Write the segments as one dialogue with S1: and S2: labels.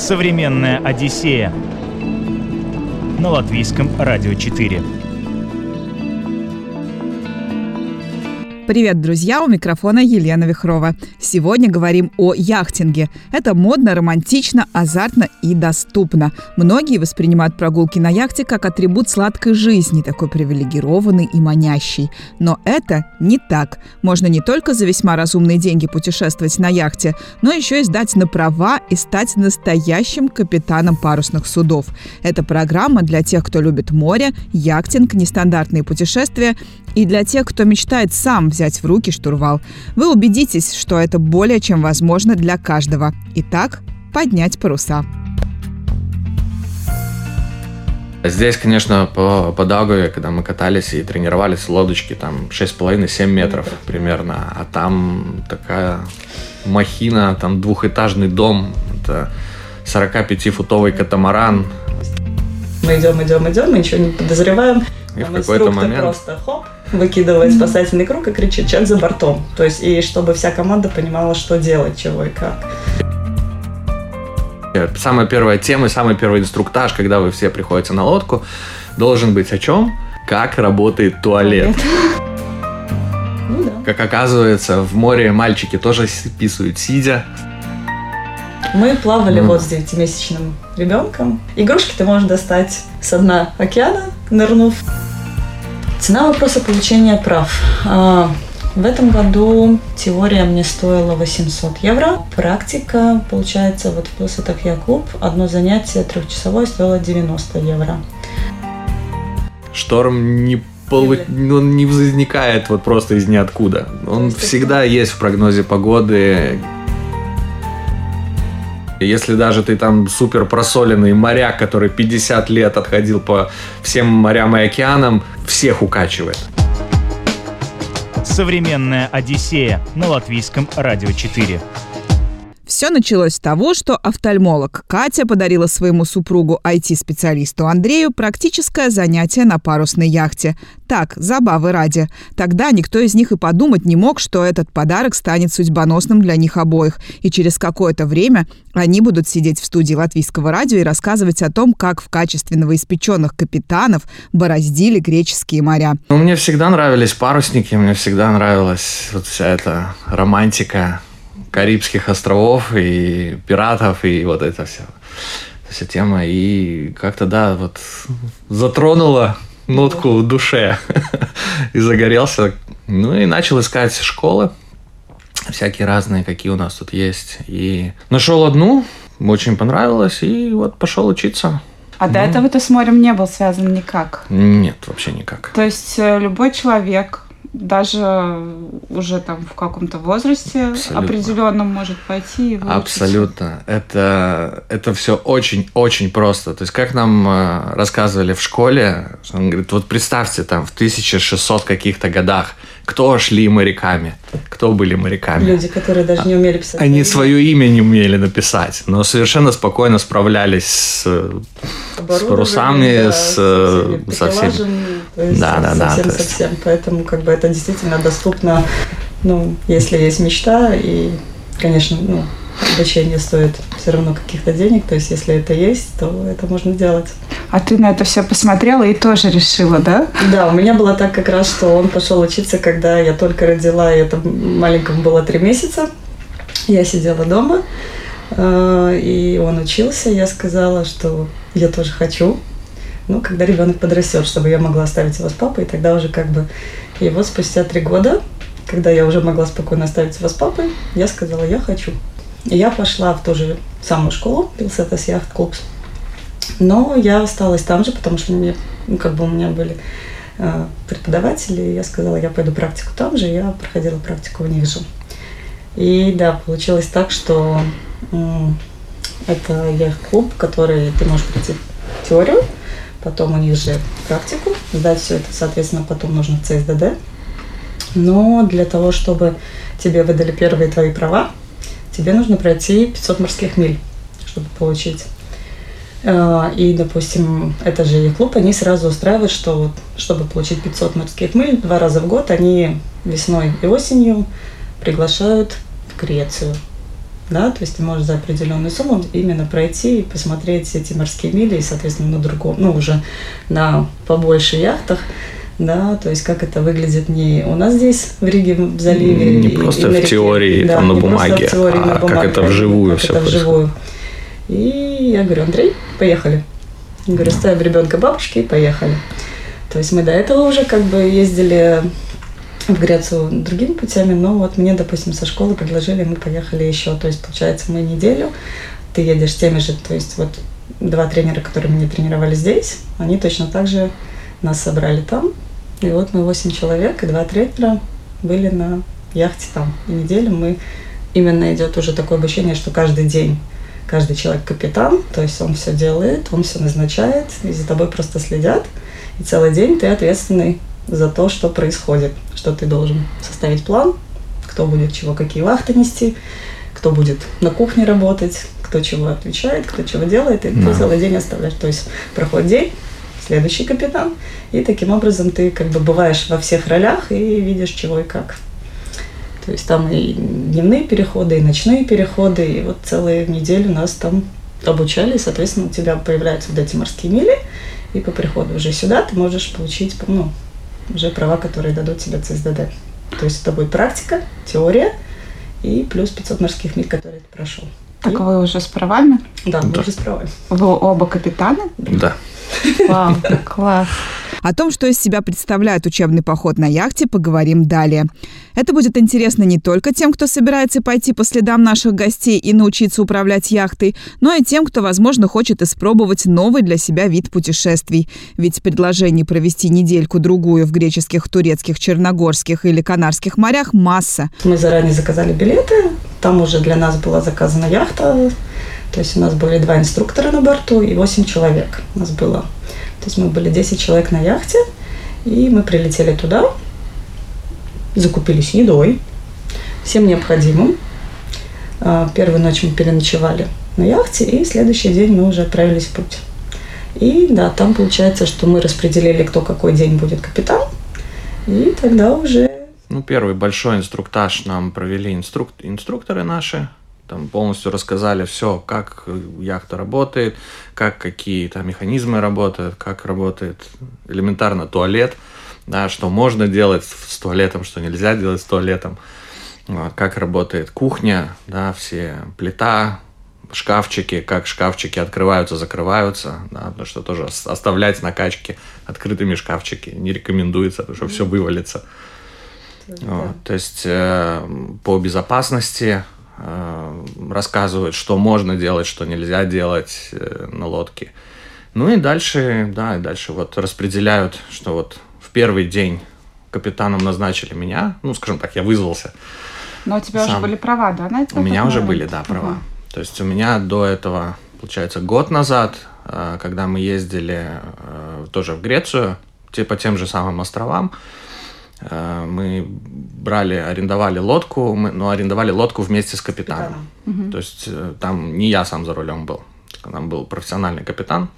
S1: Современная Одиссея на Латвийском радио 4.
S2: Привет, друзья! У микрофона Елена Вихрова. Сегодня говорим о яхтинге. Это модно, романтично, азартно и доступно. Многие воспринимают прогулки на яхте как атрибут сладкой жизни, такой привилегированный и манящий. Но это не так. Можно не только за весьма разумные деньги путешествовать на яхте, но еще и сдать на права и стать настоящим капитаном парусных судов. Это программа для тех, кто любит море, яхтинг, нестандартные путешествия и для тех, кто мечтает сам взять в руки штурвал. Вы убедитесь, что это более чем возможно для каждого. Итак, поднять паруса.
S3: Здесь, конечно, по Даугаве, когда мы катались и тренировались в лодочке, там 6,5-7 метров примерно, а там такая махина, там двухэтажный дом, это 45-футовый катамаран.
S4: Мы идем, мы ничего не подозреваем.
S3: И в какой-то момент
S4: просто хоп, выкидывает спасательный круг и кричит: «Человек за бортом». То есть, и чтобы вся команда понимала, что делать, чего и как.
S3: Самая первая тема, самый первый инструктаж, когда вы все приходите на лодку, должен быть о чем? Как работает туалет.
S4: Ну, да.
S3: Как оказывается, в море мальчики тоже писают сидя.
S4: Мы плавали вот с 9-месячным ребенком. Игрушки ты можешь достать со дна океана, нырнув. Цена вопроса получения прав. В этом году теория мне стоила 800 евро. Практика, получается, вот в высотах яхт-клуб одно занятие 3-часовое стоило 90 евро.
S3: Шторм не возникает вот просто из ниоткуда. Он всегда есть в прогнозе погоды. Если даже ты там супер просоленный моряк, который 50 лет отходил по всем морям и океанам, всех укачивает.
S1: Современная Одиссея на Латвийском радио 4.
S2: Все началось с того, что офтальмолог Катя подарила своему супругу IT-специалисту Андрею практическое занятие на парусной яхте. Так, забавы ради. Тогда никто из них и подумать не мог, что этот подарок станет судьбоносным для них обоих. И через какое-то время они будут сидеть в студии Латвийского радио и рассказывать о том, как в качестве новоиспеченных капитанов бороздили греческие моря.
S3: Мне всегда нравились парусники, мне всегда нравилась вот вся эта романтика Карибских островов и пиратов, и вот эта вся тема. И как-то, да, вот затронула нотку в душе и загорелся. Ну и начал искать школы всякие разные, какие у нас тут есть. И нашел одну, очень понравилось, и вот пошел учиться.
S5: А до этого ты с морем не был связан никак?
S3: Нет, вообще никак.
S5: То есть любой человек, даже уже там в каком-то возрасте определенном, может пойти и выучиться.
S3: Абсолютно. Это все очень-очень просто. То есть, как нам рассказывали в школе, он говорит, вот представьте, там в 1600 каких-то годах, кто шли моряками, кто были моряками.
S4: Люди, которые даже не умели писать.
S3: Они свое имя не умели написать, но совершенно спокойно справлялись с парусами,
S4: да,
S3: со всеми.
S4: Совсем. Поэтому как бы это действительно доступно, если есть мечта, и, конечно, обучение стоит все равно каких-то денег, то есть если это есть, то это можно делать.
S5: А ты на это все посмотрела и тоже решила, да? Да,
S4: у меня было так как раз, что он пошел учиться, когда я только родила, и это маленькому было 3 месяца. Я сидела дома, и он учился, я сказала, что я тоже хочу. Когда ребенок подрастет, чтобы я могла оставить его с папой, и тогда уже И вот спустя 3 года, когда я уже могла спокойно оставить его с папой, я сказала, я хочу. И я пошла в ту же самую школу, Пилсетас яхт-клуб. Но я осталась там же, потому что у меня были преподаватели, и я сказала, я пойду практику там же, и я проходила практику у них же. И да, получилось так, что это яхт-клуб, в который ты можешь пройти теорию, потом у них же практику, сдать все это, соответственно, потом нужно в ЦСДД. Но для того, чтобы тебе выдали первые твои права, тебе нужно пройти 500 морских миль, чтобы получить. И, допустим, это же яхт-клуб, они сразу устраивают, что чтобы получить 500 морских миль 2 раза в год, они весной и осенью приглашают в Грецию. да, то есть ты можешь за определенную сумму именно пройти и посмотреть эти морские мили, и, соответственно, на другом, ну, уже на побольше яхтах, да, то есть как это выглядит не у нас здесь, в Риге, в заливе.
S3: Не просто в теории,
S4: да,
S3: там на бумаге, а как это вживую все происходит.
S4: И я говорю: Андрей, поехали. Я говорю: ставим ребенка бабушки и поехали. То есть мы до этого уже как бы ездили в Грецию другими путями, но вот мне, допустим, со школы предложили, мы поехали еще. То есть, получается, мы неделю, ты едешь с теми же, то есть вот 2 тренера, которые меня тренировали здесь, они точно так же нас собрали там. И вот мы 8 человек и 2 тренера были на яхте там. И неделю мы именно идет уже такое обучение, что каждый день каждый человек капитан, то есть он все делает, он все назначает, и за тобой просто следят. И целый день ты ответственный за то, что происходит, что ты должен составить план, кто будет чего, какие вахты нести, кто будет на кухне работать, кто чего отвечает, кто чего делает, и ты целый день оставляешь. То есть проходит день, следующий капитан, и таким образом ты как бы бываешь во всех ролях и видишь чего и как. То есть там и дневные переходы, и ночные переходы, и вот целую неделю нас там обучали, и, соответственно, у тебя появляются вот эти морские мили, и по приходу уже сюда ты можешь получить, ну, уже права, которые дадут тебе ЦСДД. То есть это будет практика, теория и плюс 500 морских миль, которые ты прошел.
S5: Так вы уже с правами?
S4: Да, мы уже с правами.
S5: Вы оба капитаны?
S3: Да.
S5: Вау, класс.
S2: О том, что из себя представляет учебный поход на яхте, поговорим далее. Это будет интересно не только тем, кто собирается пойти по следам наших гостей и научиться управлять яхтой, но и тем, кто, возможно, хочет испробовать новый для себя вид путешествий. Ведь предложений провести недельку-другую в греческих, турецких, черногорских или канарских морях масса.
S4: Мы заранее заказали билеты, там уже для нас была заказана яхта. То есть у нас были 2 инструктора на борту и 8 человек у нас было. То есть мы были 10 человек на яхте, и мы прилетели туда, закупились едой, всем необходимым. Первую ночь мы переночевали на яхте, и следующий день мы уже отправились в путь. И да, там получается, что мы распределили, кто какой день будет капитан, и тогда уже...
S3: Ну, первый большой инструктаж нам провели инструкторы наши. Там полностью рассказали все, как яхта работает, какие там механизмы работают, как работает элементарно туалет, да, что можно делать с туалетом, что нельзя делать с туалетом, вот, как работает кухня, да, все плита, шкафчики, как шкафчики открываются, закрываются, да, потому что тоже оставлять на качке открытыми шкафчики не рекомендуется, потому что все вывалится. Вот, то есть по безопасности рассказывают, что можно делать, что нельзя делать на лодке. Ну и дальше, да, и дальше вот распределяют, что вот в первый день капитаном назначили меня, ну, скажем так, я вызвался.
S5: Но у тебя уже были права, да, на это?
S3: У меня уже были, да, права. То есть у меня до этого, получается, год назад, когда мы ездили тоже в Грецию, по тем же самым островам, мы арендовали лодку, но арендовали лодку вместе с капитаном. То есть там не я сам за рулем был, там был профессиональный капитан.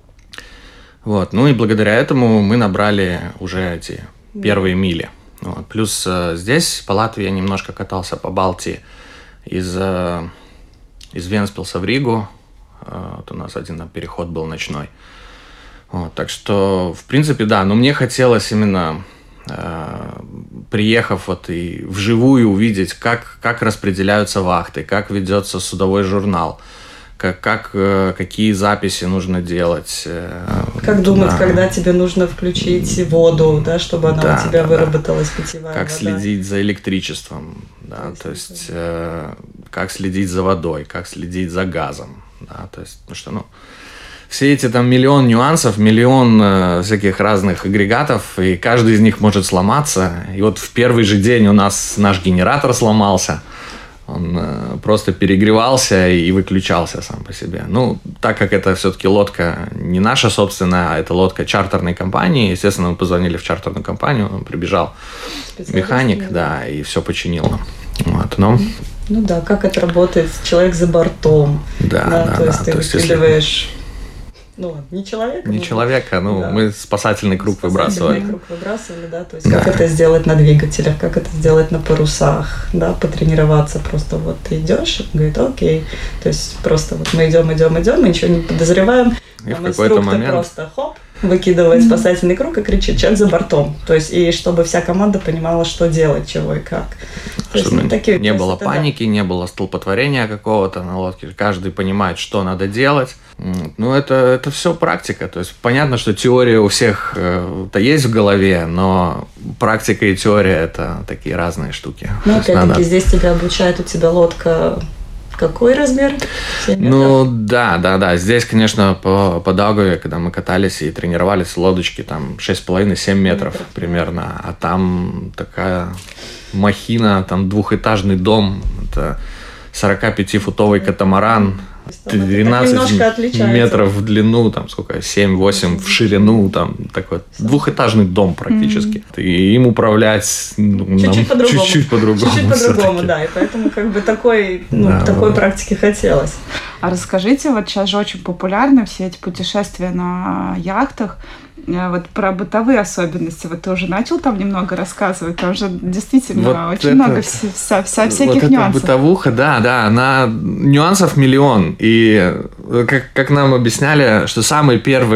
S3: Вот. Ну и благодаря этому мы набрали уже эти первые мили. Вот. Плюс здесь, по Латвии, я немножко катался по Балтии из Вентспилса в Ригу. Вот у нас один переход был ночной. Вот. Так что, в принципе, да, но мне хотелось именно... приехав вот и вживую увидеть, как распределяются вахты, как ведется судовой журнал, какие записи нужно делать.
S4: Как думать, когда тебе нужно включить воду, да, чтобы она у тебя выработалась, питьевая
S3: как
S4: вода.
S3: следить за электричеством, да, то есть как следить за водой, как следить за газом, да, то есть, ну что, все эти там миллион нюансов, миллион всяких разных агрегатов, и каждый из них может сломаться. И вот в первый же день у нас наш генератор сломался. Он просто перегревался и выключался сам по себе. Ну, так как это все-таки лодка не наша собственная, а это лодка чартерной компании, естественно, мы позвонили в чартерную компанию, он прибежал механик, да, и все починил нам. Вот,
S4: Ну да, как это работает, человек за бортом.
S3: Да,
S4: то есть ты выкидываешь не человека.
S3: Не человека, мы спасательный круг выбрасывали.
S4: Спасательный круг выбрасывали, да, то есть как это сделать на двигателях, как это сделать на парусах, да, потренироваться, просто вот ты идешь, говорит, окей, то есть просто вот мы идем, мы ничего не подозреваем,
S3: и в какой-то момент
S4: просто хоп, выкидывает спасательный круг и кричит, человек за бортом. То есть, и чтобы вся команда понимала, что делать, чего и как.
S3: Чтобы не было паники, не было столпотворения какого-то на лодке. Каждый понимает, что надо делать. Это все практика. То есть, понятно, что теория у всех-то есть в голове, но практика и теория – это такие разные штуки.
S4: Опять-таки, здесь тебя обучает, у тебя лодка... Какой размер? 7 метров?
S3: Да. Здесь, конечно, по Даугаве, когда мы катались и тренировались, лодочки там 6,5-7 метров примерно. А там такая махина, там двухэтажный дом, это 45-футовый катамаран, 13 метров в длину, там сколько, 7-8 в ширину, там такой двухэтажный дом практически. И им управлять чуть-чуть по-другому.
S4: Да, и поэтому такой практики хотелось.
S5: А расскажите, вот сейчас же очень популярны все эти путешествия на яхтах, вот про бытовые особенности. Вот ты уже начал там немного рассказывать, там же действительно очень много всяких нюансов.
S3: Бытовуха, да, нюансов миллион. И как нам объясняли, что самая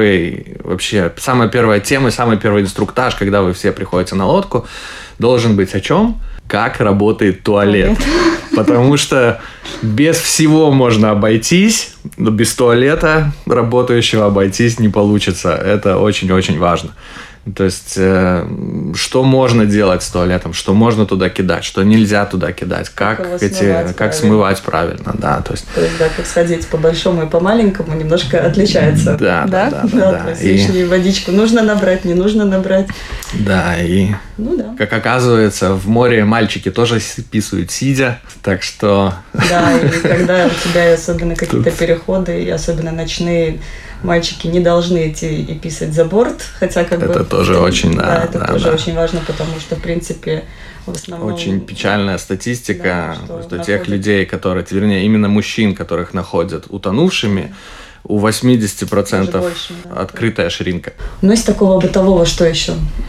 S3: первая тема, самый первый инструктаж, когда вы все приходите на лодку, должен быть о чем? Как работает туалет. Потому что без всего можно обойтись, но без туалета работающего обойтись не получится. Это очень-очень важно. То есть, что можно делать с туалетом, что можно туда кидать, что нельзя туда кидать, как смывать правильно, да, то есть,
S4: как сходить по большому и по маленькому немножко отличается.
S3: Да.
S4: То есть, и водичку нужно набрать, не нужно набрать.
S3: Да, и как оказывается, в море мальчики тоже писают сидя, так что... Да,
S4: и когда у тебя особенно какие-то переходы, и особенно ночные, мальчики не должны идти и писать за борт, хотя
S3: это тоже очень,
S4: очень важно, потому что, в принципе, в основном...
S3: Очень печальная статистика, что тех людей, вернее, именно мужчин, которых находят утонувшими, у 80% открытая ширинка.
S4: Из такого бытового что еще?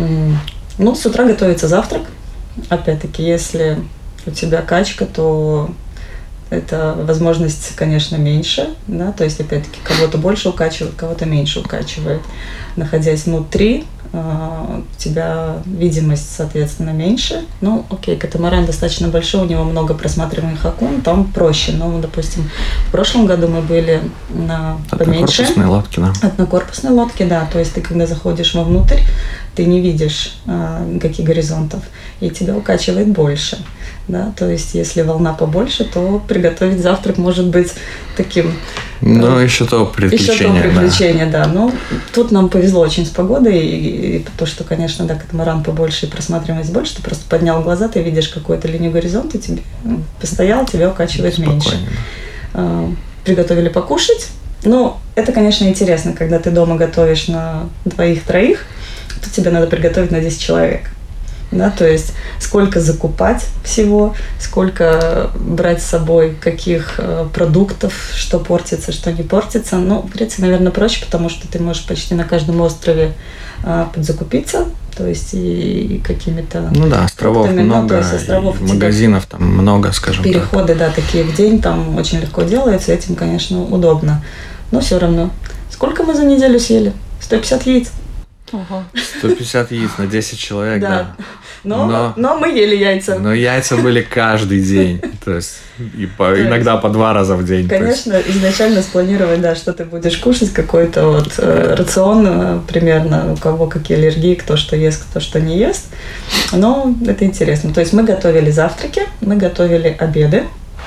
S4: С утра готовится завтрак. Опять-таки, если у тебя качка, то... Это возможность, конечно, меньше, да, то есть, опять-таки, кого-то больше укачивает, кого-то меньше укачивает. Находясь внутри, у тебя видимость, соответственно, меньше. Катамаран достаточно большой, у него много просматриваемых окон, там проще. Допустим, в прошлом году мы были на поменьше. Однокорпусной лодки, да. То есть, ты, когда заходишь вовнутрь, ты не видишь никаких горизонтов, и тебя укачивает больше. Да, то есть, если волна побольше, то приготовить завтрак может быть таким...
S3: еще то приключение.
S4: Да. Но тут нам повезло очень с погодой, и то, что, конечно, катамаран побольше и просматриваемость больше, ты просто поднял глаза, ты видишь какую-то линию горизонта, тебе постоял, тебя укачивает меньше. Приготовили покушать. Это, конечно, интересно, когда ты дома готовишь на 2-3, то тебе надо приготовить на 10 человек. Да, то есть сколько закупать всего, сколько брать с собой каких продуктов, что портится, что не портится. В Греции, наверное, проще, потому что ты можешь почти на каждом острове подзакупиться, то есть и какими-то...
S3: островов много, островов магазинов там много, скажем так.
S4: Переходы, такие в день, там очень легко делаются, этим, конечно, удобно. Но все равно. Сколько мы за неделю съели? 150 яиц.
S3: 150 яиц на 10 человек, да.
S4: Но мы ели яйца.
S3: Но яйца были каждый день. То есть иногда по 2 раза в день.
S4: Конечно, изначально спланировать, что ты будешь кушать, какой-то рацион примерно, у кого какие аллергии, кто что ест, кто что не ест. Но это интересно. То есть мы готовили завтраки, мы готовили обеды.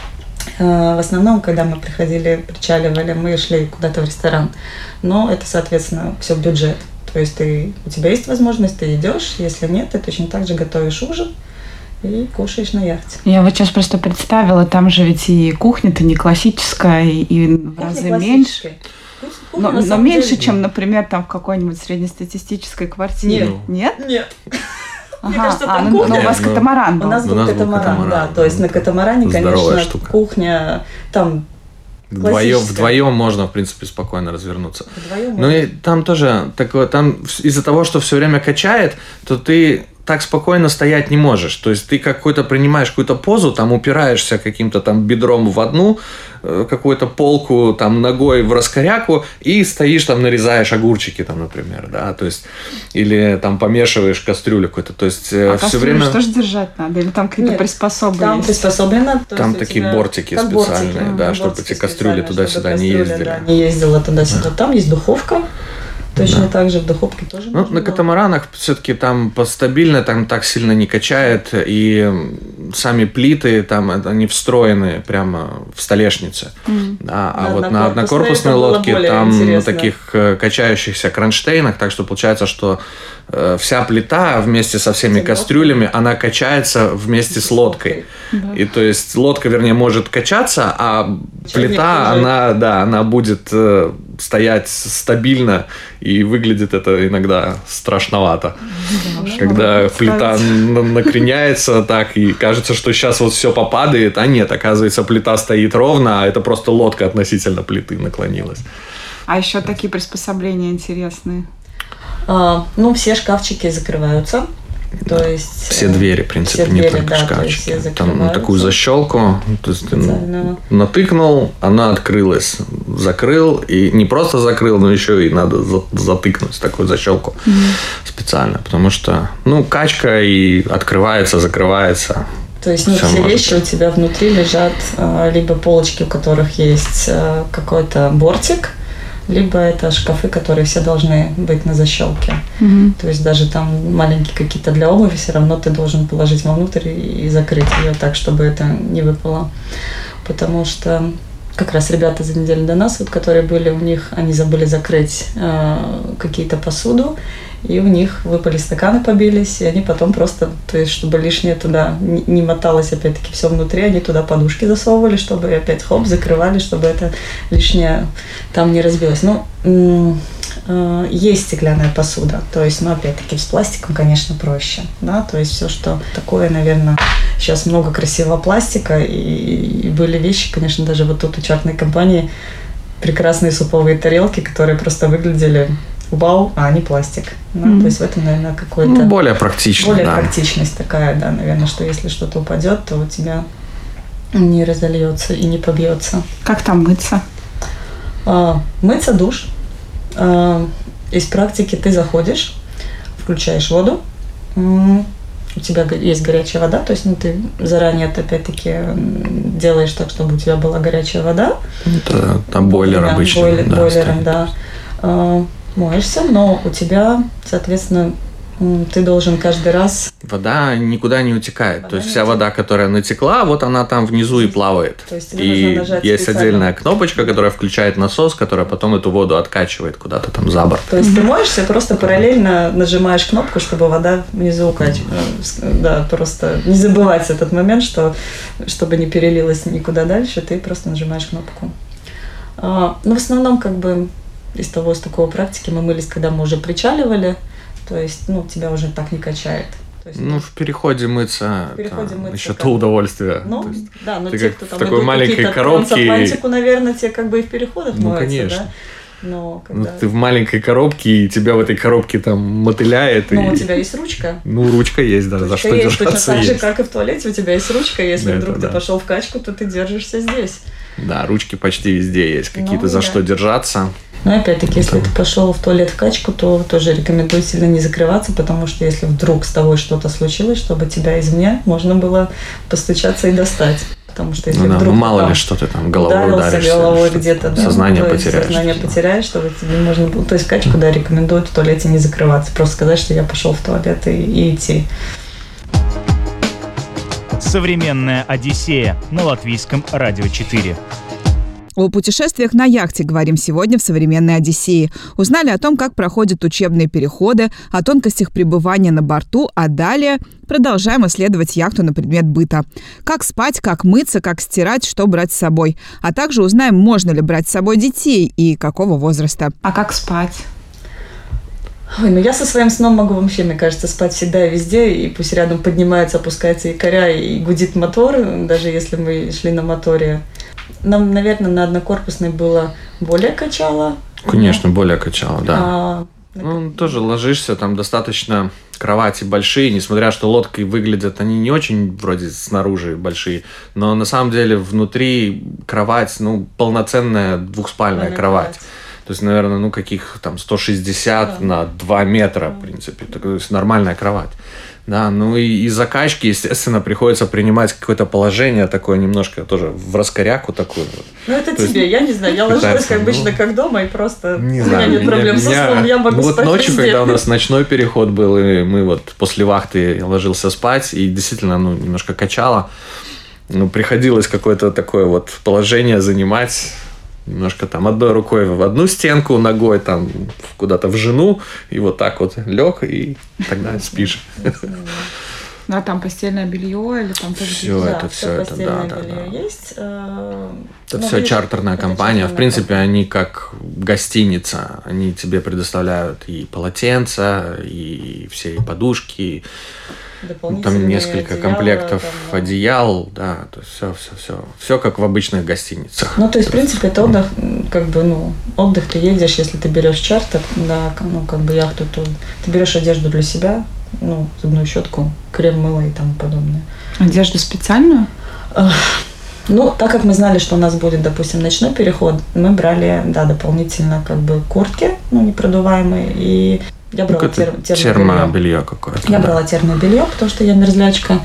S4: В основном, когда мы причаливали, мы шли куда-то в ресторан. Но это, соответственно, все в бюджет. То есть у тебя есть возможность, ты идешь, если нет, ты точно так же готовишь ужин и кушаешь на яхте.
S5: Я вот сейчас просто представила, там же ведь и кухня-то не классическая, и в разы меньше. Но меньше, чем, например, там в какой-нибудь среднестатистической квартире.
S4: Нет?
S5: Мне кажется, там кухня. У вас катамаран был.
S4: У нас был катамаран, да. То есть на катамаране, конечно, кухня там
S3: Вдвоем можно, в принципе, спокойно развернуться. Ну и там тоже такое, там из-за того, что все время качает, то ты так спокойно стоять не можешь. То есть ты какой-то принимаешь какую-то позу, там упираешься каким-то там бедром в одну какую-то полку, там ногой в раскоряку и стоишь там, нарезаешь огурчики там, например, да, то есть или там помешиваешь кастрюлю какую-то, то есть все время...
S5: что же держать надо? Или там какие-то приспособы
S4: там
S5: есть?
S4: приспособлено.
S3: Там такие бортики специальные, да, чтобы эти кастрюли туда-сюда не ездили.
S4: Да, не ездила туда-сюда. Там есть духовка. Точно так же в духовке тоже.
S3: Ну, на катамаранах все-таки там постабильно, там так сильно не качает, и сами плиты там они встроены прямо в столешнице. Да, а вот на однокорпусной лодке там на таких качающихся кронштейнах, так что получается, что вся плита вместе со всеми кастрюлями, она качается вместе с лодкой. Да. И то есть лодка, вернее, может качаться, а плита, она будет стоять стабильно, и выглядит это иногда страшновато. Да, когда плита накреняется так, и кажется, что сейчас вот все попадает, а нет, оказывается, плита стоит ровно, а это просто лодка относительно плиты наклонилась.
S5: А еще такие приспособления интересные.
S4: Ну, все шкафчики закрываются. То есть,
S3: все двери, в принципе, не только шкафчики. Там такую защелку, то есть ты натыкнул, она открылась, закрыл, и не просто закрыл, но еще и надо затыкнуть такую защелку специально, потому что, ну, качка и открывается, закрывается.
S4: То есть, все вещи у тебя внутри лежат, либо полочки, у которых есть какой-то бортик, либо это шкафы, которые все должны быть на защелке. То есть даже там маленькие какие-то для обуви, все равно ты должен положить вовнутрь и закрыть ее так, чтобы это не выпало. Потому что как раз ребята за неделю до нас, вот, которые были, у них они забыли закрыть какие-то посуду, и у них выпали стаканы, побились, и они потом просто, то есть, чтобы лишнее туда не моталось, опять-таки, все внутри, они туда подушки засовывали, чтобы опять хоп, закрывали, чтобы это лишнее там не разбилось. Ну, есть стеклянная посуда, то есть, ну, опять-таки, с пластиком, конечно, проще, да, то есть, все, что такое, наверное, сейчас много красивого пластика, и были вещи, конечно, даже вот тут у чартной компании прекрасные суповые тарелки, которые просто выглядели вау, а не пластик. Ну, то есть в этом, наверное, какой-то...
S3: Ну, более практично,
S4: более практичность такая, да, наверное, что если что-то упадет, то у тебя не разольется и не побьется.
S5: Как там мыться?
S4: Мыться душ. Из практики ты заходишь, включаешь воду, у тебя есть горячая вода, то есть ты заранее опять-таки делаешь так, чтобы у тебя была горячая вода.
S3: Это там бойлер обычный.
S4: Бойлером, да. Моешься, но у тебя, соответственно, ты должен каждый раз...
S3: Вода никуда не утекает. То есть вся вода, которая натекла, вот она там внизу и плавает.
S4: То есть
S3: и есть отдельная кнопочка, которая включает насос, которая потом эту воду откачивает куда-то там за борт.
S4: То есть ты моешься, просто параллельно нажимаешь кнопку, чтобы вода внизу укачивалась. Да, просто не забывать этот момент, что чтобы не перелилась никуда дальше, ты просто нажимаешь кнопку. Но в основном, как бы, из такого практики мы мылись, когда мы уже причаливали, то есть, ну, тебя уже так не качает. То есть,
S3: в переходе мыться, еще то удовольствие.
S4: Ну,
S3: то есть,
S4: да, но
S3: ты
S4: те,
S3: как
S4: кто там
S3: в такой маленькой коробке.
S4: Трансатлантику, наверное, те как бы и в переходах моются,
S3: конечно.
S4: Да? Но когда...
S3: ты в маленькой коробке, и тебя в этой коробке там мотыляет.
S4: Ну, у тебя есть ручка.
S3: Ну, ручка есть, да,
S4: ручка
S3: за что
S4: есть,
S3: держаться
S4: точно так же, как и в туалете, у тебя есть ручка. Если вдруг ты пошел в качку, то ты держишься здесь.
S3: Да, ручки почти везде есть, какие-то за что держаться.
S4: Но опять-таки, если ты пошел в туалет в качку, то тоже рекомендую сильно не закрываться, потому что если вдруг с тобой что-то случилось, чтобы тебя извне можно было постучаться и достать. Потому что если вдруг
S3: мало ли что ты там головой ударишься,
S4: головой где-то, да,
S3: сознание потеряешь.
S4: чтобы тебе можно было... То есть в качку, да, рекомендуют в туалете не закрываться. Просто сказать, что я пошел в туалет и идти.
S1: Современная Одиссея на Латвийском радио 4.
S2: О путешествиях на яхте говорим сегодня в «Современной Одиссее». Узнали о том, как проходят учебные переходы, о тонкостях пребывания на борту, а далее продолжаем исследовать яхту на предмет быта. Как спать, как мыться, как стирать, что брать с собой. А также узнаем, можно ли брать с собой детей и какого возраста.
S5: А как спать?
S4: Ой, ну я со своим сном могу вообще, мне кажется, спать всегда и везде, и пусть рядом поднимается, опускается якоря и гудит мотор, даже если мы шли на моторе. нам, наверное, на однокорпусной было более качало.
S3: Конечно, более качало, да. Ну, тоже ложишься, там достаточно кровати большие, несмотря что лодки выглядят, они не очень вроде снаружи большие, но на самом деле внутри кровать, ну, полноценная двухспальная кровать. То есть, наверное, ну, каких там 160 на 2 метра, в принципе. То есть, нормальная кровать. Да, ну и закачки, естественно, приходится принимать какое-то положение такое немножко тоже в раскоряку такую.
S4: Ну, это то тебе, я не знаю, я ложилась как обычно, как дома, и просто у меня нет проблем со сном, я могу спать
S3: ночью,
S4: везде.
S3: когда у нас ночной переход был, и мы вот после вахты я ложился спать, и действительно, ну, немножко качало, ну, приходилось какое-то такое вот положение занимать, немножко там одной рукой в одну стенку, ногой там куда-то в жену, и вот так вот лег, и тогда спишь.
S5: Ну, а там постельное белье или там тоже...
S3: Все это, да.
S4: Есть.
S3: Это все чартерная компания. В принципе, они как гостиница. Они тебе предоставляют и полотенца, и все и подушки, там несколько комплектов одеял, да, то есть все как в обычных гостиницах.
S4: Ну, то есть, в принципе, это отдых, как бы, ну, отдых ты едешь, если ты берешь чартер, да, ну, как бы яхту, то ты берешь одежду для себя, ну, зубную щетку, крем, мыло и тому подобное.
S5: Одежду специальную?
S4: Ну, так как мы знали, что у нас будет, допустим, ночной переход, мы брали, да, дополнительно, как бы, куртки, ну, непродуваемые, и я брала
S3: термобелье какое-то.
S4: Я брала термобелье, потому что я мерзлячка.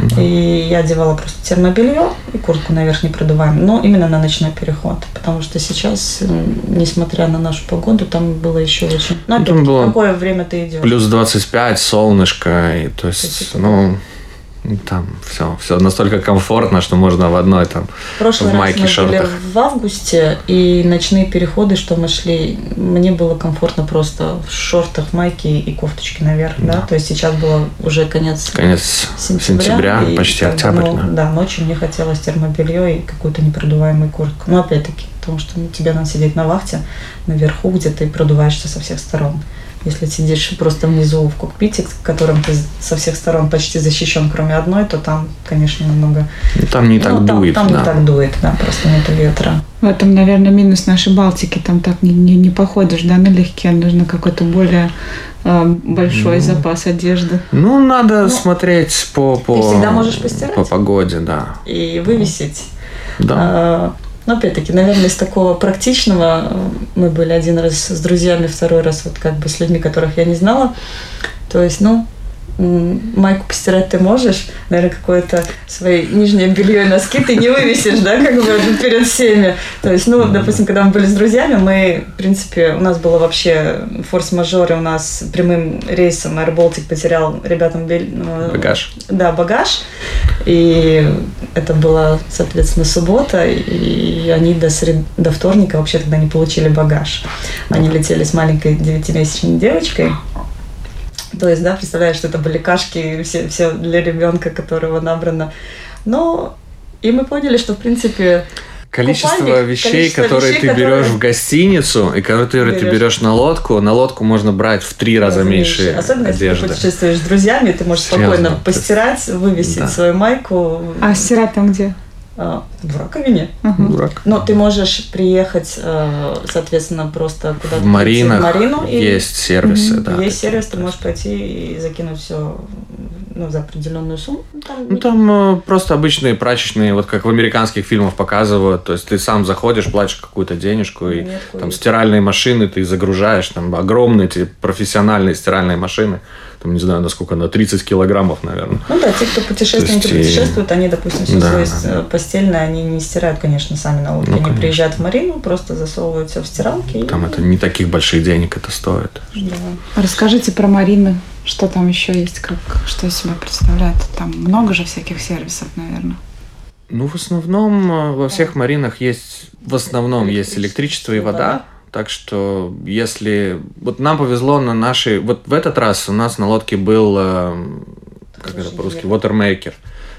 S4: И я одевала просто термобелье и куртку наверх непродуваемую. Но именно на ночной переход. Потому что сейчас, несмотря на нашу погоду, там было еще очень... Ну, опять, в какое время ты идешь?
S3: Плюс 25, солнышко. И, то есть, ну... Там все настолько комфортно, что можно в одной там в майке, шортах.
S4: В прошлый раз мы были в августе, и ночные переходы, что мы шли, мне было комфортно просто в шортах, майке и кофточке наверх, да. То есть сейчас было уже конец сентября почти октябрь. Да, ночью мне хотелось термобелье и какую-то непродуваемую куртку. Но опять-таки, потому что тебе надо сидеть на вахте наверху, где ты продуваешься со всех сторон. Если сидишь просто внизу в кокпите, в котором ты со всех сторон почти защищен, кроме одной, то там, конечно, намного...
S3: Там не так дует.
S4: Там не так дует, да, просто нету ветра.
S5: В этом, наверное, минус нашей Балтики. Там так не походишь, да, налегке. Нужно какой-то более большой запас одежды.
S3: Ну, надо смотреть по
S4: ты всегда можешь постирать.
S3: По погоде, да.
S4: И вывесить.
S3: Да.
S4: Но опять-таки, наверное, из такого практичного мы были один раз с друзьями, второй раз вот как бы с людьми, которых я не знала. То есть, ну, майку постирать ты можешь, наверное, какое-то свои нижнее белье и носки ты не вывесишь, да, как бы перед всеми. То есть, ну, допустим, когда мы были с друзьями, мы, в принципе, у нас было вообще форс-мажор, и у нас прямым рейсом Air Baltic потерял ребятам
S3: багаж.
S4: Да, багаж. И это была, соответственно, суббота, и они до вторника вообще тогда не получили багаж. Они летели с маленькой 9-месячной девочкой. То есть, да, представляешь, что это были кашки, все для ребенка, которого набрано. Но и мы поняли, что, в принципе,
S3: количество вещей, которые ты берешь в гостиницу, и которые ты берешь на лодку можно брать в 3 раза меньше
S4: особенно,
S3: одежды.
S4: Если ты путешествуешь с друзьями, ты можешь спокойно постирать, вывесить свою майку.
S5: А стирать там где?
S4: В раковине. Но ты можешь приехать, соответственно, просто куда-то
S3: в маринах,
S4: марину.
S3: Есть сервисы, да.
S4: Есть сервис, ты можешь пойти и закинуть все, ну, за определенную сумму.
S3: Там просто обычные прачечные, вот как в американских фильмах показывают. То есть ты сам заходишь, платишь какую-то денежку, и там стиральные машины ты загружаешь, там огромные эти профессиональные стиральные машины. Там, не знаю, насколько, на 30 килограммов, наверное.
S4: Ну да, те, кто путешествуют, они, допустим, все свое постельное, они не стирают, конечно, сами на лодке. Они приезжают в марину, просто засовывают все в стиралки.
S3: Там это не таких больших денег это стоит.
S4: Да.
S5: Расскажите про марины. Что там еще есть, что из себя представляет? Там много же всяких сервисов, наверное.
S3: Ну, в основном во всех маринах есть электричество и вода. Так что, если... Вот нам повезло на нашей... Вот в этот раз у нас на лодке был, как это по-русски, watermaker.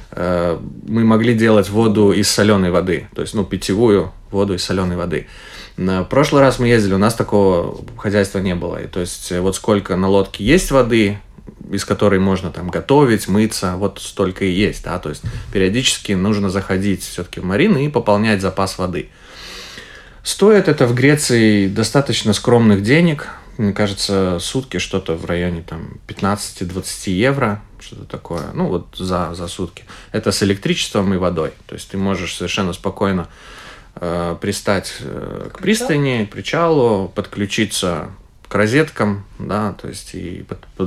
S3: Мы могли делать воду из соленой воды. То есть, питьевую воду из соленой воды. В прошлый раз мы ездили, у нас такого хозяйства не было. И, то есть, вот сколько на лодке есть воды, из которой можно там готовить, мыться, вот столько и есть, да, то есть периодически нужно заходить все-таки в марины и пополнять запас воды. Стоит это в Греции достаточно скромных денег, мне кажется, сутки что-то в районе там 15-20 евро, что-то такое, ну вот за сутки. Это с электричеством и водой, то есть ты можешь совершенно спокойно пристать к пристани, к причалу, подключиться к розеткам, да, то есть и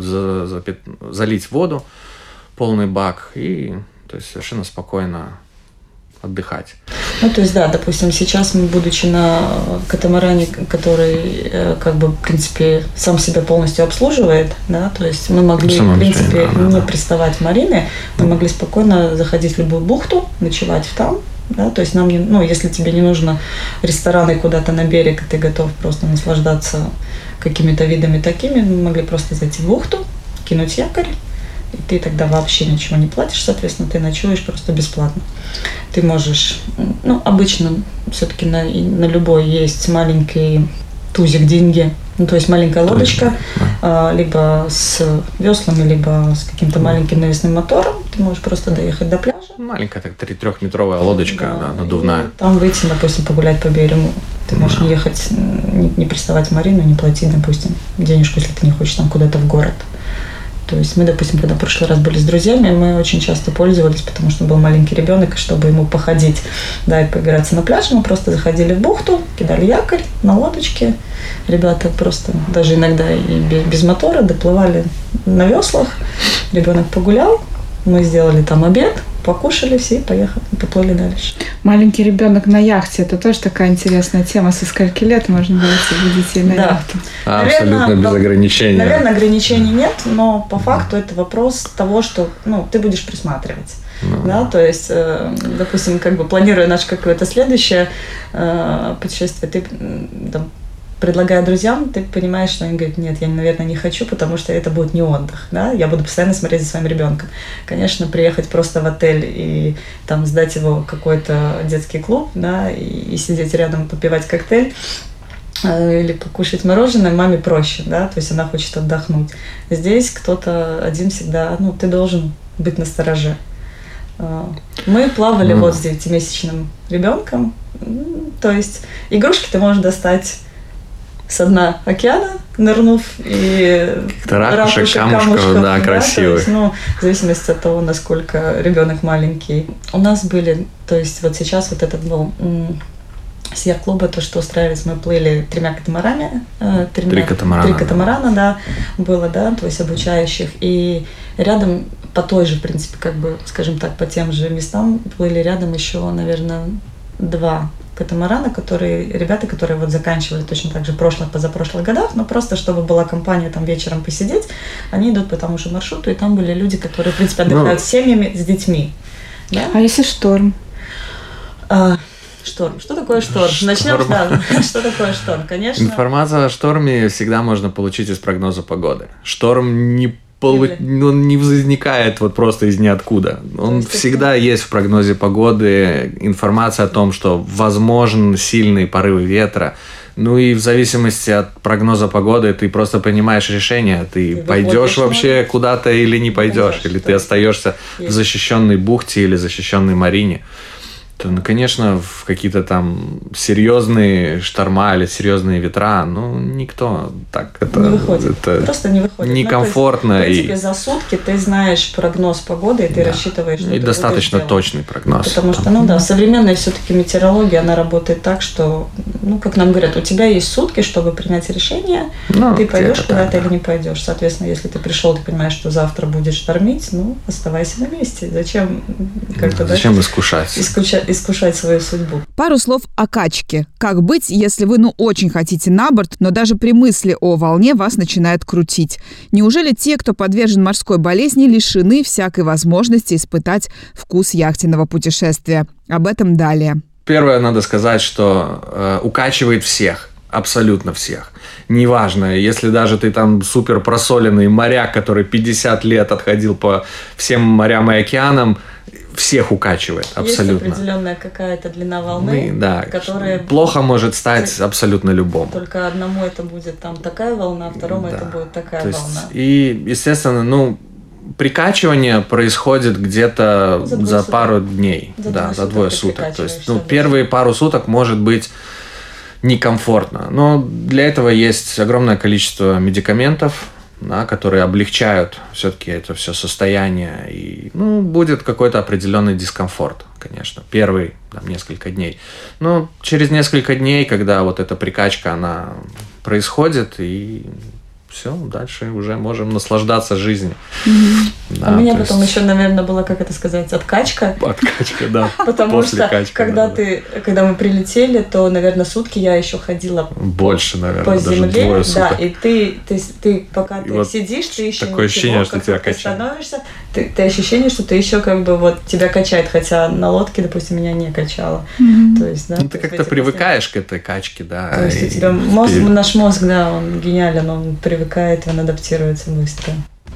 S3: залить воду, полный бак, и то есть совершенно спокойно отдыхать.
S4: Ну, то есть, да, допустим, сейчас мы, будучи на катамаране, который, как бы, в принципе, сам себя полностью обслуживает, да, то есть мы могли, в принципе, не приставать в марины, мы могли спокойно заходить в любую бухту, ночевать там, да, то есть нам не, ну, если тебе не нужно рестораны куда-то на берег, и ты готов просто наслаждаться какими-то видами такими, мы могли просто зайти в бухту, кинуть якорь, и ты тогда вообще ничего не платишь, соответственно, ты ночуешь просто бесплатно. Ты можешь, ну, обычно все-таки на любой есть маленький тузик, деньги, ну, то есть маленькая лодочка, либо с веслами, либо с каким-то маленьким навесным мотором, ты можешь просто доехать до пляжа.
S3: Маленькая, так 3-метровая лодочка, да, надувная.
S4: Там выйти, допустим, погулять по берегу. Ты можешь не ехать, не приставать в марину, не платить, допустим, денежку, если ты не хочешь там куда-то в город. То есть мы, допустим, когда в прошлый раз были с друзьями, мы очень часто пользовались, потому что был маленький ребенок, и чтобы ему походить, да, и поиграться на пляже, мы просто заходили в бухту, кидали якорь на лодочке. Ребята просто даже иногда и без мотора доплывали на веслах. Ребенок погулял, мы сделали там обед, покушали все и поехали, поплыли дальше.
S5: Маленький ребенок на яхте — это тоже такая интересная тема. Со скольки лет можно было себе детей на яхту?
S3: Абсолютно без ограничений.
S4: Наверное, ограничений нет, но по факту это вопрос того, что, ну, ты будешь присматривать. Да, то есть, допустим, как бы планируя наше какое-то следующее путешествие, ты там, предлагая друзьям, ты понимаешь, что они говорят: нет, я, наверное, не хочу, потому что это будет не отдых, да, я буду постоянно смотреть за своим ребенком. Конечно, приехать просто в отель и там сдать его в какой-то детский клуб, да, и сидеть рядом, попивать коктейль или покушать мороженое маме проще, да, то есть она хочет отдохнуть. Здесь кто-то один всегда, ну, ты должен быть настороже. Мы плавали вот с 9-месячным ребенком, то есть игрушки ты можешь достать со дна океана, нырнув, и
S3: ракушек, камушков, да, красивых.
S4: Есть, ну, в зависимости от того, насколько ребенок маленький. У нас были, то есть вот сейчас вот этот был с яхт-клуба, то, что устраивались, мы плыли 3 катамаранами. 3 катамарана, да, было, да, то есть обучающих. И рядом по той же, в принципе, как бы, скажем так, по тем же местам плыли рядом еще, наверное, 2 катамарана, ребята, которые вот заканчивали точно так же в прошлых, позапрошлых годах, но просто чтобы была компания там вечером посидеть, они идут по тому же маршруту, и там были люди, которые, в принципе, отдыхают с семьями, с детьми. Да?
S5: А если шторм?
S4: Шторм. Что такое шторм? Начнем, да. Что такое шторм? Конечно.
S3: Информацию о шторме всегда можно получить из прогноза погоды. Шторм он не возникает вот просто из ниоткуда. Он всегда есть в прогнозе погоды, информация о том, что возможен сильные порывы ветра. Ну и в зависимости от прогноза погоды ты просто принимаешь решение, ты пойдешь вообще куда-то или не пойдешь, или ты остаешься в защищенной бухте или защищенной марине. То, ну, конечно, в какие-то там серьезные шторма или серьезные ветра, ну, никто так это...
S4: Не выходит. Это просто не выходит.
S3: Некомфортно.
S4: Ну, в принципе, за сутки ты знаешь прогноз погоды, и ты рассчитываешь, что
S3: и
S4: ты
S3: достаточно точный прогноз.
S4: Потому что, ну да, современная все-таки метеорология, она работает так, что, ну, как нам говорят, у тебя есть сутки, чтобы принять решение, ты пойдешь куда-то или не пойдешь. Соответственно, если ты пришел, ты понимаешь, что завтра будет штормить, ну, оставайся на месте. Зачем как-то...
S3: Зачем искушать?
S4: Искушать свою судьбу.
S2: Пару слов о качке. Как быть, если вы, очень хотите на борт, но даже при мысли о волне вас начинает крутить? Неужели те, кто подвержен морской болезни, лишены всякой возможности испытать вкус яхтенного путешествия? Об этом далее.
S3: Первое, надо сказать, что укачивает всех. Абсолютно всех. Неважно, если даже ты там супер просоленный моряк, который 50 лет отходил по всем морям и океанам, всех укачивает, абсолютно.
S4: Есть определенная какая-то длина волны,
S3: да,
S4: которая...
S3: Плохо может стать абсолютно любому.
S4: Только одному это будет там такая волна, а второму это будет такая волна.
S3: И, естественно, прикачивание происходит где-то за пару дней, за двое суток. То есть, первые пару суток может быть некомфортно, но для этого есть огромное количество медикаментов, которые облегчают все-таки это все состояние, и будет какой-то определенный дискомфорт, конечно, первые несколько дней. Но через несколько дней, когда вот эта прикачка, она происходит, и все, дальше уже можем наслаждаться жизнью.
S4: Да, у меня потом еще, наверное, была, как это сказать, откачка.
S3: Откачка, да.
S4: Потому что, когда мы прилетели, то, наверное, сутки я еще ходила
S3: больше, наверное,
S4: по земле.
S3: Даже двое суток.
S4: Да, и ты пока ты сидишь, ты еще
S3: такое ощущение, что тебя качает.
S4: Становишься, ты ощущение, что ты еще тебя качает, хотя на лодке, допустим, меня не качало. То есть, да.
S3: Ты как-то привыкаешь к этой качке, да.
S4: То есть у тебя наш мозг, да, он гениален, он привыкает, он адаптируется быстро.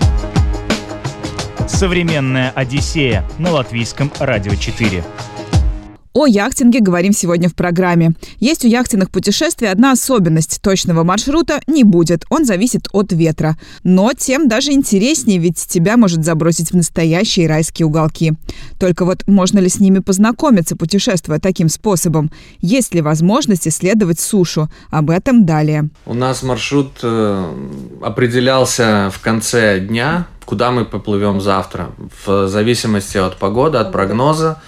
S1: Современная Одиссея на Латвийском радио 4.
S2: О яхтинге говорим сегодня в программе. Есть у яхтенных путешествий одна особенность. Точного маршрута не будет, он зависит от ветра. Но тем даже интереснее, ведь тебя может забросить в настоящие райские уголки. Только вот можно ли с ними познакомиться, путешествуя таким способом? Есть ли возможность исследовать сушу? Об этом далее.
S3: У нас маршрут определялся в конце дня, куда мы поплывем завтра, в зависимости от погоды, от прогноза.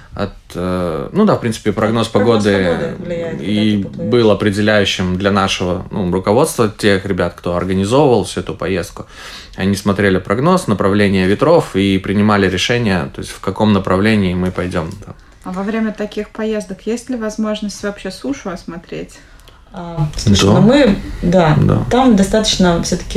S3: В принципе, прогноз погоды
S4: влияет,
S3: и был определяющим для нашего руководства, тех ребят, кто организовывал всю эту поездку. Они смотрели прогноз, направление ветров и принимали решение, то есть в каком направлении мы пойдем.
S5: А во время таких поездок есть ли возможность вообще сушу осмотреть?
S4: Слушай, там достаточно все-таки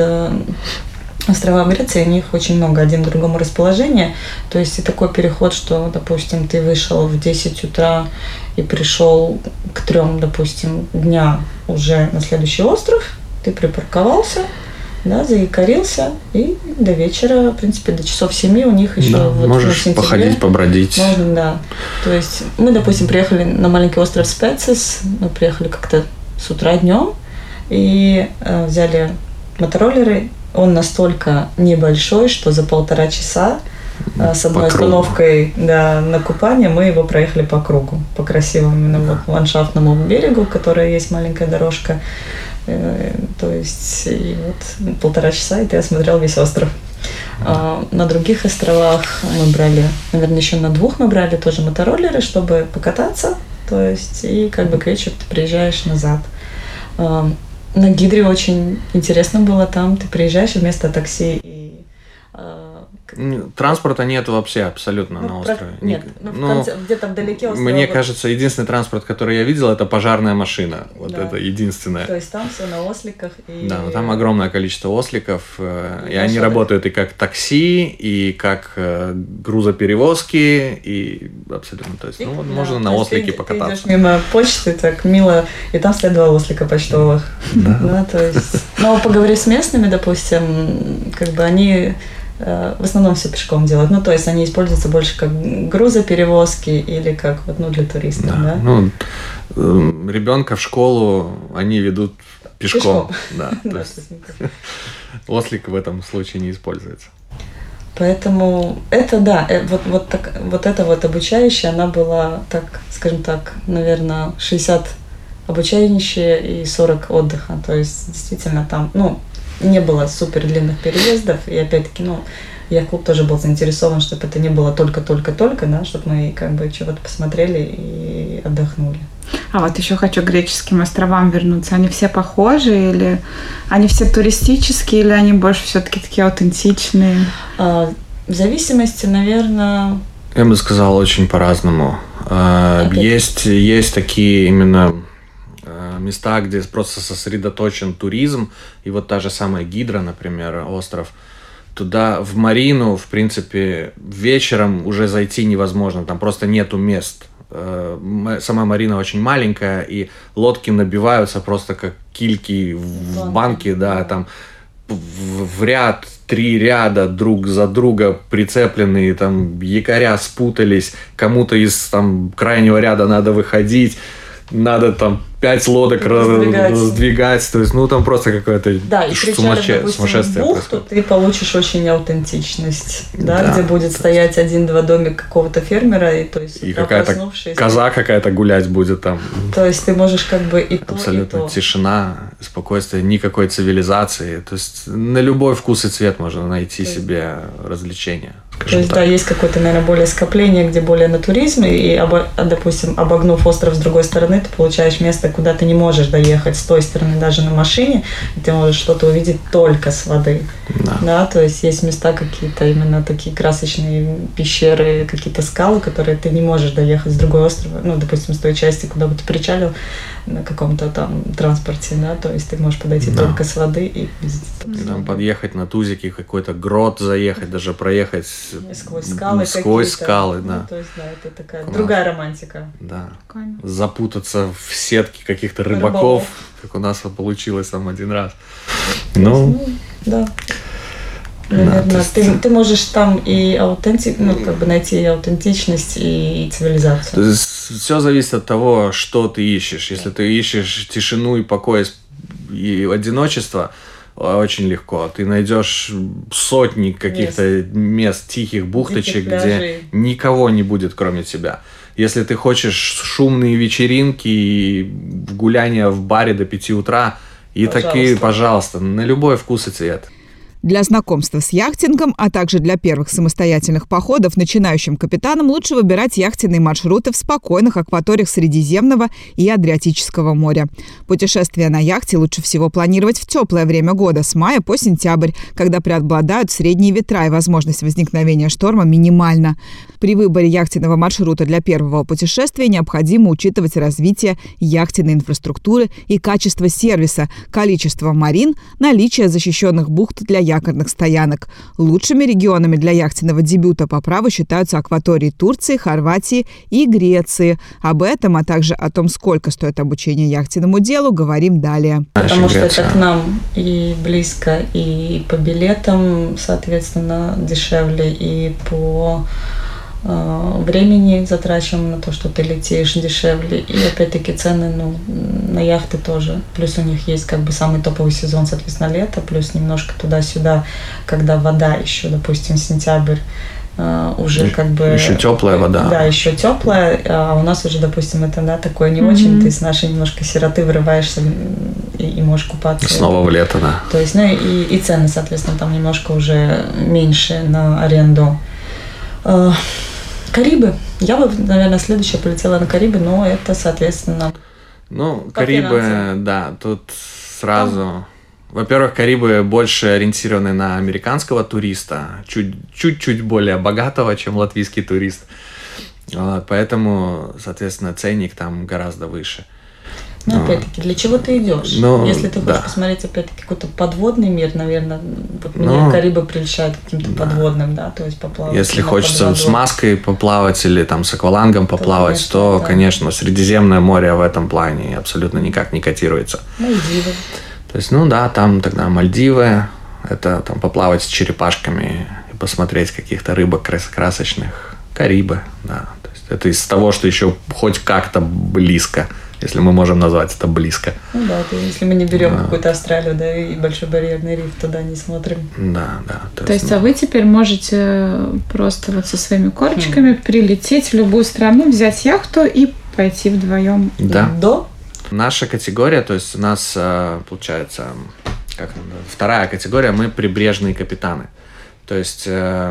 S4: острова Греции, у них очень много один к другому расположения. То есть и такой переход, что, допустим, ты вышел в 10 утра и пришел к 3, допустим, дня уже на следующий остров, ты припарковался, заякорился, и до вечера, в принципе, до часов 7 у них еще
S3: можешь походить, побродить.
S4: Можно, да. То есть мы, допустим, приехали на маленький остров Специс, мы приехали как-то с утра днем и взяли мотороллеры. Он настолько небольшой, что за 1,5 часа с одной остановкой на купание мы его проехали по кругу, по красивому именно ландшафтному берегу, которая есть маленькая дорожка. То есть и 1,5 часа, и ты осмотрел весь остров. На других островах мы брали, наверное, еще на 2 мы брали тоже мотороллеры, чтобы покататься. То есть и к вечеру ты приезжаешь назад. На Гидре очень интересно было там. Ты приезжаешь вместо такси и...
S3: Транспорта нет вообще абсолютно на острове.
S4: Нет, где-то вдалеке острова.
S3: Мне кажется, единственный транспорт, который я видел, это пожарная машина. Это единственное.
S4: То есть там все на осликах.
S3: Да, но там огромное количество осликов. И они работают и как такси, и как грузоперевозки, и абсолютно. То есть, можно на ослике покататься.
S4: Ты идешь мимо почты, так мило, и там стоят 2 ослика почтовых. Да, то есть... Но поговорив с местными, допустим, они... в основном все пешком делают. То есть они используются больше как грузоперевозки или как для туристов. Да.
S3: Ребенка в школу они ведут пешком. Да. Ослик в этом случае не используется.
S4: Поэтому это эта обучающая, она была, так, скажем так, наверное, 60 обучающие и 40 отдыха. То есть действительно там, не было супер длинных переездов, и опять-таки, яхт-клуб тоже был заинтересован, чтобы это не было только-только-только, чтобы мы чего-то посмотрели и отдохнули.
S5: А вот еще хочу к греческим островам вернуться. Они все похожи, или они все туристические, или они больше все-таки такие аутентичные?
S4: В зависимости, наверное...
S3: Я бы сказал, очень по-разному. Есть такие именно... места, где просто сосредоточен туризм, и та же самая Гидра, например, остров, туда в марину, в принципе, вечером уже зайти невозможно, там просто нету мест. Сама марина очень маленькая, и лодки набиваются просто как кильки в банке, там в ряд 3 ряда друг за друга прицепленные, там якоря спутались, кому-то из там крайнего ряда надо выходить, надо там 5 лодок раздвигать, то есть, ну, там просто какое-то
S4: сумасшествие. В бухту ты получишь очень аутентичность, да, где будет стоять 1-2 домика какого-то фермера, и то есть
S3: и какая-то коза какая-то гулять будет там.
S4: То есть ты можешь как бы и то,
S3: абсолютно
S4: и то.
S3: Тишина, спокойствие, никакой цивилизации, то есть на любой вкус и цвет можно найти себе развлечения.
S4: То есть, да, есть какое-то, наверное, более скопление, где более на туризме, и, допустим, обогнув остров с другой стороны, ты получаешь место, куда ты не можешь доехать с той стороны даже на машине, и ты можешь что-то увидеть только с воды. Да, то есть есть места какие-то именно такие красочные пещеры, какие-то скалы, которые ты не можешь доехать с другой острова, ну, допустим, с той части, куда бы ты причалил на каком-то там транспорте, да, то есть ты можешь подойти только с воды и видеть.
S3: И там подъехать на тузике, какой-то грот заехать, даже проехать
S4: сквозь скалы,
S3: да.
S4: Ну, то есть, да, это такая другая романтика.
S3: Да. Запутаться в сетке каких-то рыбаков, как у нас получилось там один раз.
S4: Ну, да. Наверное, ты можешь там и найти и аутентичность, и цивилизацию.
S3: То есть все зависит от того, что ты ищешь. Если ты ищешь тишину и покой и одиночество, очень легко. Ты найдешь сотни каких-то мест, тихих бухточек, где никого не будет, кроме тебя. Если ты хочешь шумные вечеринки и гуляния в баре до 5 утра, и такие, пожалуйста, на любой вкус и цвет.
S2: Для знакомства с яхтингом, а также для первых самостоятельных походов начинающим капитанам лучше выбирать яхтенные маршруты в спокойных акваториях Средиземного и Адриатического моря. Путешествия на яхте лучше всего планировать в теплое время года, с мая по сентябрь, когда преобладают средние ветра и возможность возникновения шторма минимальна. При выборе яхтенного маршрута для первого путешествия необходимо учитывать развитие яхтенной инфраструктуры и качество сервиса, количество марин, наличие защищенных бухт для якорных стоянок. Лучшими регионами для яхтенного дебюта по праву считаются акватории Турции, Хорватии и Греции. Об этом, а также о том, сколько стоит обучение яхтенному делу, говорим далее.
S4: Потому что это к нам и близко, и по билетам, соответственно, дешевле, и по времени затрачиваем на то, что ты летишь, дешевле. И опять-таки цены на яхты тоже. Плюс у них есть как бы самый топовый сезон, соответственно, лето, плюс немножко туда-сюда, когда вода еще, допустим, сентябрь, уже как бы...
S3: Еще теплая вода.
S4: Да, еще теплая, а у нас уже, допустим, это такое не очень, ты с нашей немножко сироты вырываешься и можешь купаться.
S3: Снова в лето, да.
S4: То есть, и цены, соответственно, там немножко уже меньше на аренду. Карибы. Я бы, наверное, следующая полетела на Карибы, но это, соответственно...
S3: Карибы, да, тут сразу... Во-первых, Карибы больше ориентированы на американского туриста, чуть-чуть более богатого, чем латвийский турист. Поэтому, соответственно, ценник там гораздо выше.
S4: Но опять-таки, для чего ты идешь? Если ты хочешь посмотреть, опять-таки, какой-то подводный мир, наверное, меня Карибы прельщают каким-то подводным, да, то есть поплавать.
S3: Если хочется с маской поплавать или там с аквалангом поплавать, то, конечно, Средиземное море в этом плане абсолютно никак не котируется.
S4: Мальдивы.
S3: То есть, там тогда Мальдивы, это там поплавать с черепашками и посмотреть каких-то рыбок красочных. Карибы, да. То есть это из того, что еще хоть как-то близко. Если мы можем назвать это близко.
S4: Если мы не берем какую-то Австралию, да, и Большой барьерный риф, туда не смотрим.
S3: Да.
S5: То есть, а вы теперь можете просто вот со своими корочками прилететь в любую страну, взять яхту и пойти вдвоем.
S3: Да. Наша категория, то есть у нас, получается, вторая категория, мы прибрежные капитаны. То есть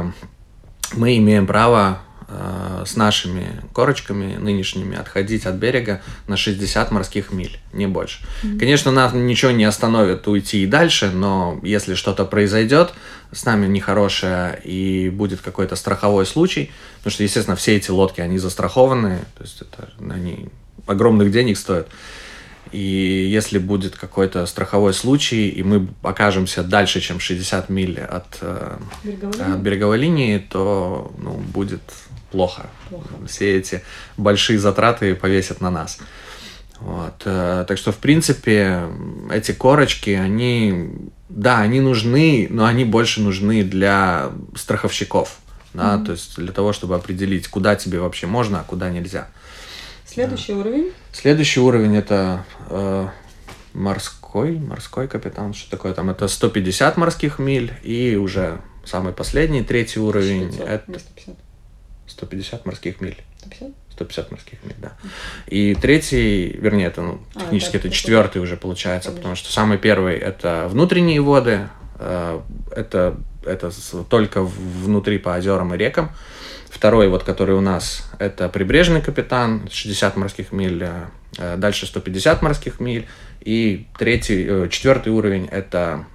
S3: мы имеем право с нашими корочками нынешними отходить от берега на 60 морских миль, не больше. Конечно, нас ничего не остановит уйти и дальше, но если что-то произойдет с нами нехорошее и будет какой-то страховой случай, потому что, естественно, все эти лодки, они застрахованы, то есть они огромных денег стоят. И если будет какой-то страховой случай, и мы окажемся дальше, чем 60 миль от береговой линии, то будет плохо. Все эти большие затраты повесят на нас. Так что, в принципе, эти корочки, они да, они нужны, но они больше нужны для страховщиков, да, то есть для того, чтобы определить, куда тебе вообще можно, а куда нельзя.
S4: Следующий уровень?
S3: Следующий уровень – это морской капитан, что такое там, это 150 морских миль, и уже самый последний, третий уровень – это 150 морских миль. 150 морских миль, да. И третий, вернее, это, технически это четвертый уже получается, потому что самый первый – это внутренние воды, это только внутри по озерам и рекам. Второй, вот, который у нас, это прибрежный капитан, 60 морских миль, дальше 150 морских миль. И четвертый уровень – это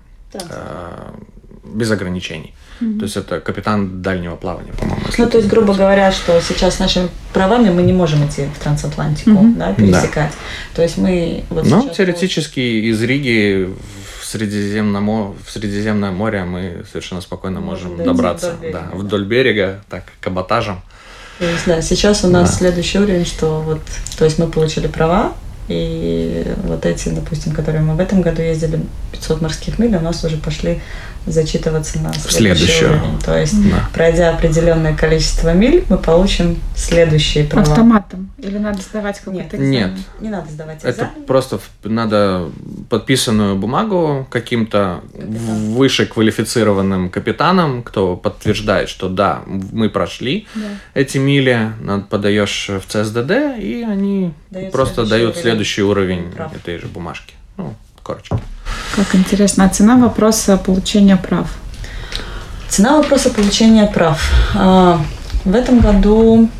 S3: без ограничений. То есть это капитан дальнего плавания, по-моему.
S4: Ну, то есть, грубо говоря, что сейчас с нашими правами мы не можем идти в трансатлантику, да, пересекать. Да. То есть мы... Вот
S3: теоретически из Риги в Средиземное море мы совершенно спокойно можем добраться вдоль берега, так, каботажем.
S4: То есть, да, сейчас у нас следующий уровень, что вот, то есть мы получили права, и вот эти, допустим, которые мы в этом году ездили, 500 морских миль, у нас уже пошли зачитываться на следующий уровень. То есть, пройдя определенное количество миль, мы получим следующие права.
S5: Автоматом? Или надо сдавать какой-то экзамен?
S3: Нет.
S4: Не надо сдавать экзамен.
S3: Это просто надо подписанную бумагу каким-то выше квалифицированным капитаном, кто подтверждает, что да, мы прошли эти мили, подаешь в ЦСДД, и они просто дают следующий уровень этой же бумажки. Корочки.
S5: Как интересно. А цена вопроса получения прав?
S4: Цена вопроса получения прав. В этом году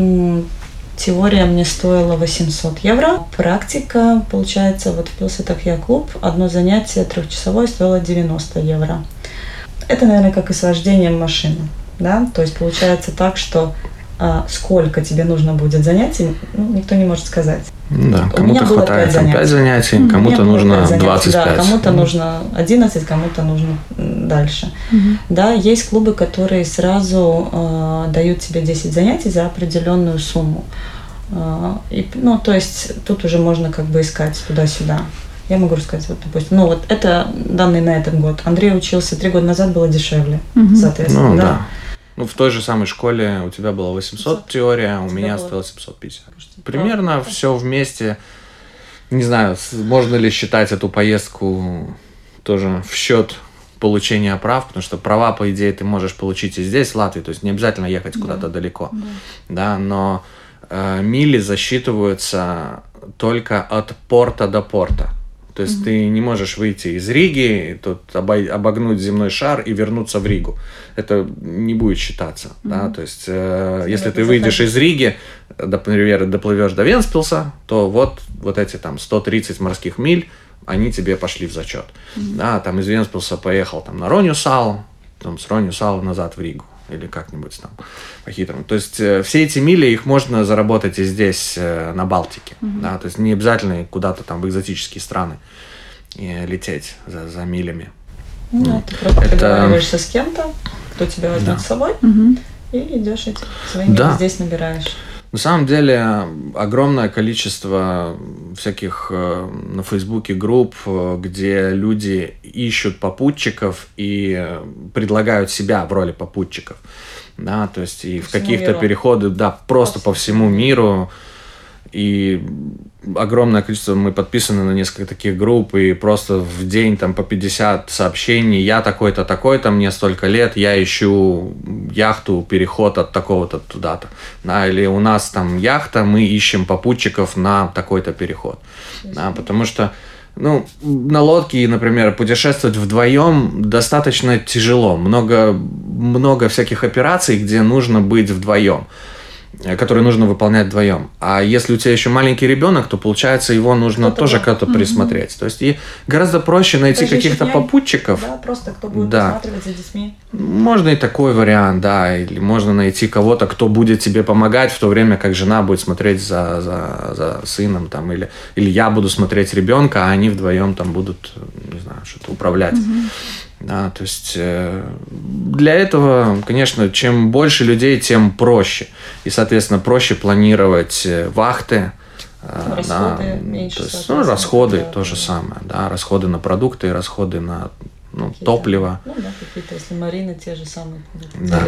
S4: теория мне стоила 800 евро. Практика, получается, вот в Пилсетах клуб, одно занятие трехчасовое стоило 90 евро. Это, наверное, как и с вождением машины. Да? То есть получается так, что сколько тебе нужно будет занятий, никто не может сказать.
S3: Да, кому-то хватает 5 занятий, кому-то нужно 25.
S4: Да, кому-то нужно 11, кому-то нужно дальше. Да, есть клубы, которые сразу дают тебе 10 занятий за определенную сумму. То есть тут уже можно как бы искать туда-сюда. Я могу рассказать, вот, допустим, вот это данные на этот год. Андрей учился 3 года назад, было дешевле, соответственно.
S3: Да. В той же самой школе у тебя было 800 теория, у меня стоило 750. Примерно все вместе. Не знаю, можно ли считать эту поездку тоже в счет получения прав, потому что права, по идее, ты можешь получить и здесь, в Латвии, то есть не обязательно ехать куда-то далеко. Да, но мили засчитываются только от порта до порта. То есть ты не можешь выйти из Риги, тут обогнуть земной шар и вернуться в Ригу. Это не будет считаться. Да? То есть если ты выйдешь из Риги, например, доплывешь до Вентспилса, то вот эти там 130 морских миль, они тебе пошли в зачет. Да? Там из Вентспилса поехал там, на Ронью-Салу, там, с Ронью-Салу назад в Ригу. Или как-нибудь там по-хитрому. То есть все эти мили, их можно заработать и здесь, на Балтике. Да? То есть не обязательно куда-то там в экзотические страны лететь за милями.
S4: Ты просто договариваешься с кем-то, кто тебя возьмет с собой, и идешь эти свои мили здесь набираешь.
S3: На самом деле огромное количество всяких на Фейсбуке групп, где люди ищут попутчиков и предлагают себя в роли попутчиков. Да, то есть и в каких-то переходах, просто по всему миру. И огромное количество, мы подписаны на несколько таких групп, и просто в день там по 50 сообщений: я такой-то, такой-то, мне столько лет, я ищу яхту, переход от такого-то туда-то. Да, или у нас там яхта, мы ищем попутчиков на такой-то переход. Да, потому что на лодке, например, путешествовать вдвоем достаточно тяжело. Много всяких операций, где нужно быть вдвоем, которые нужно выполнять вдвоем. А если у тебя еще маленький ребенок, то, получается, его нужно тоже как-то присмотреть. То есть и гораздо проще найти каких-то попутчиков.
S4: Да, просто кто будет присматривать за детьми.
S3: Можно и такой вариант, да. Или можно найти кого-то, кто будет тебе помогать, в то время как жена будет смотреть за сыном. Там, или я буду смотреть ребенка, а они вдвоем там будут, не знаю, что-то управлять. Да, то есть для этого, конечно, чем больше людей, тем проще. И, соответственно, проще планировать вахты.
S4: Расходы меньше.
S3: То есть, расходы то же самое. Да, расходы на продукты, расходы на топлива.
S4: Ну да, какие-то, если марины те же самые.
S3: Да.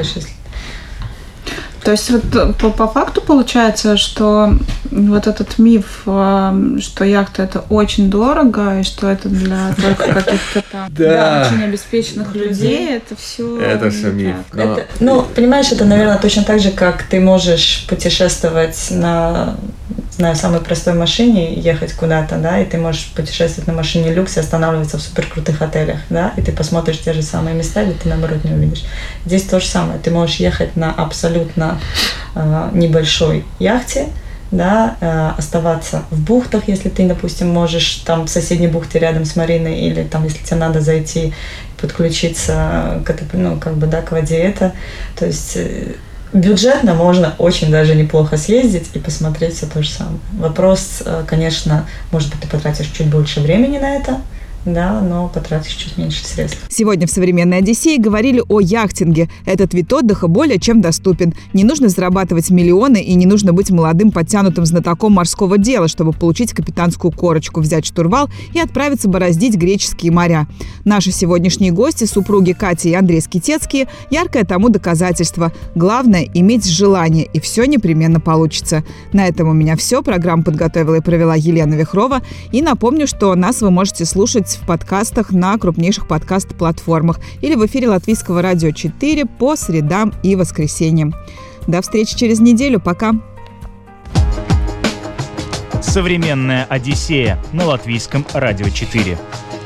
S5: То есть вот по факту получается, что вот этот миф, что яхта это очень дорого, и что это для только каких-то там очень обеспеченных людей, это все
S3: миф.
S4: Понимаешь, это, наверное, точно так же, как ты можешь путешествовать на самой простой машине, ехать куда-то, да, и ты можешь путешествовать на машине люкс и останавливаться в суперкрутых отелях, да, и ты посмотришь те же самые места, или ты, наоборот, не увидишь. Здесь то же самое. Ты можешь ехать на абсолютно небольшой яхте, да, оставаться в бухтах, если ты, допустим, можешь там в соседней бухте рядом с мариной, или там, если тебе надо зайти, подключиться к воде, это, то есть бюджетно можно очень даже неплохо съездить и посмотреть все то же самое. Вопрос, конечно, может быть, ты потратишь чуть больше времени на это, да, но потратишь чуть меньше средств.
S2: Сегодня в «Современной Одиссее» говорили о яхтинге. Этот вид отдыха более чем доступен. Не нужно зарабатывать миллионы и не нужно быть молодым подтянутым знатоком морского дела, чтобы получить капитанскую корочку, взять штурвал и отправиться бороздить греческие моря. Наши сегодняшние гости, супруги Катя и Андрей Скитецкие, яркое тому доказательство. Главное – иметь желание, и все непременно получится. На этом у меня все. Программу подготовила и провела Елена Вихрова. И напомню, что нас вы можете слушать в подкастах на крупнейших подкаст-платформах или в эфире Латвийского радио 4 по средам и воскресеньям. До встречи через неделю. Пока.
S1: «Современная Одиссея» на Латвийском радио 4.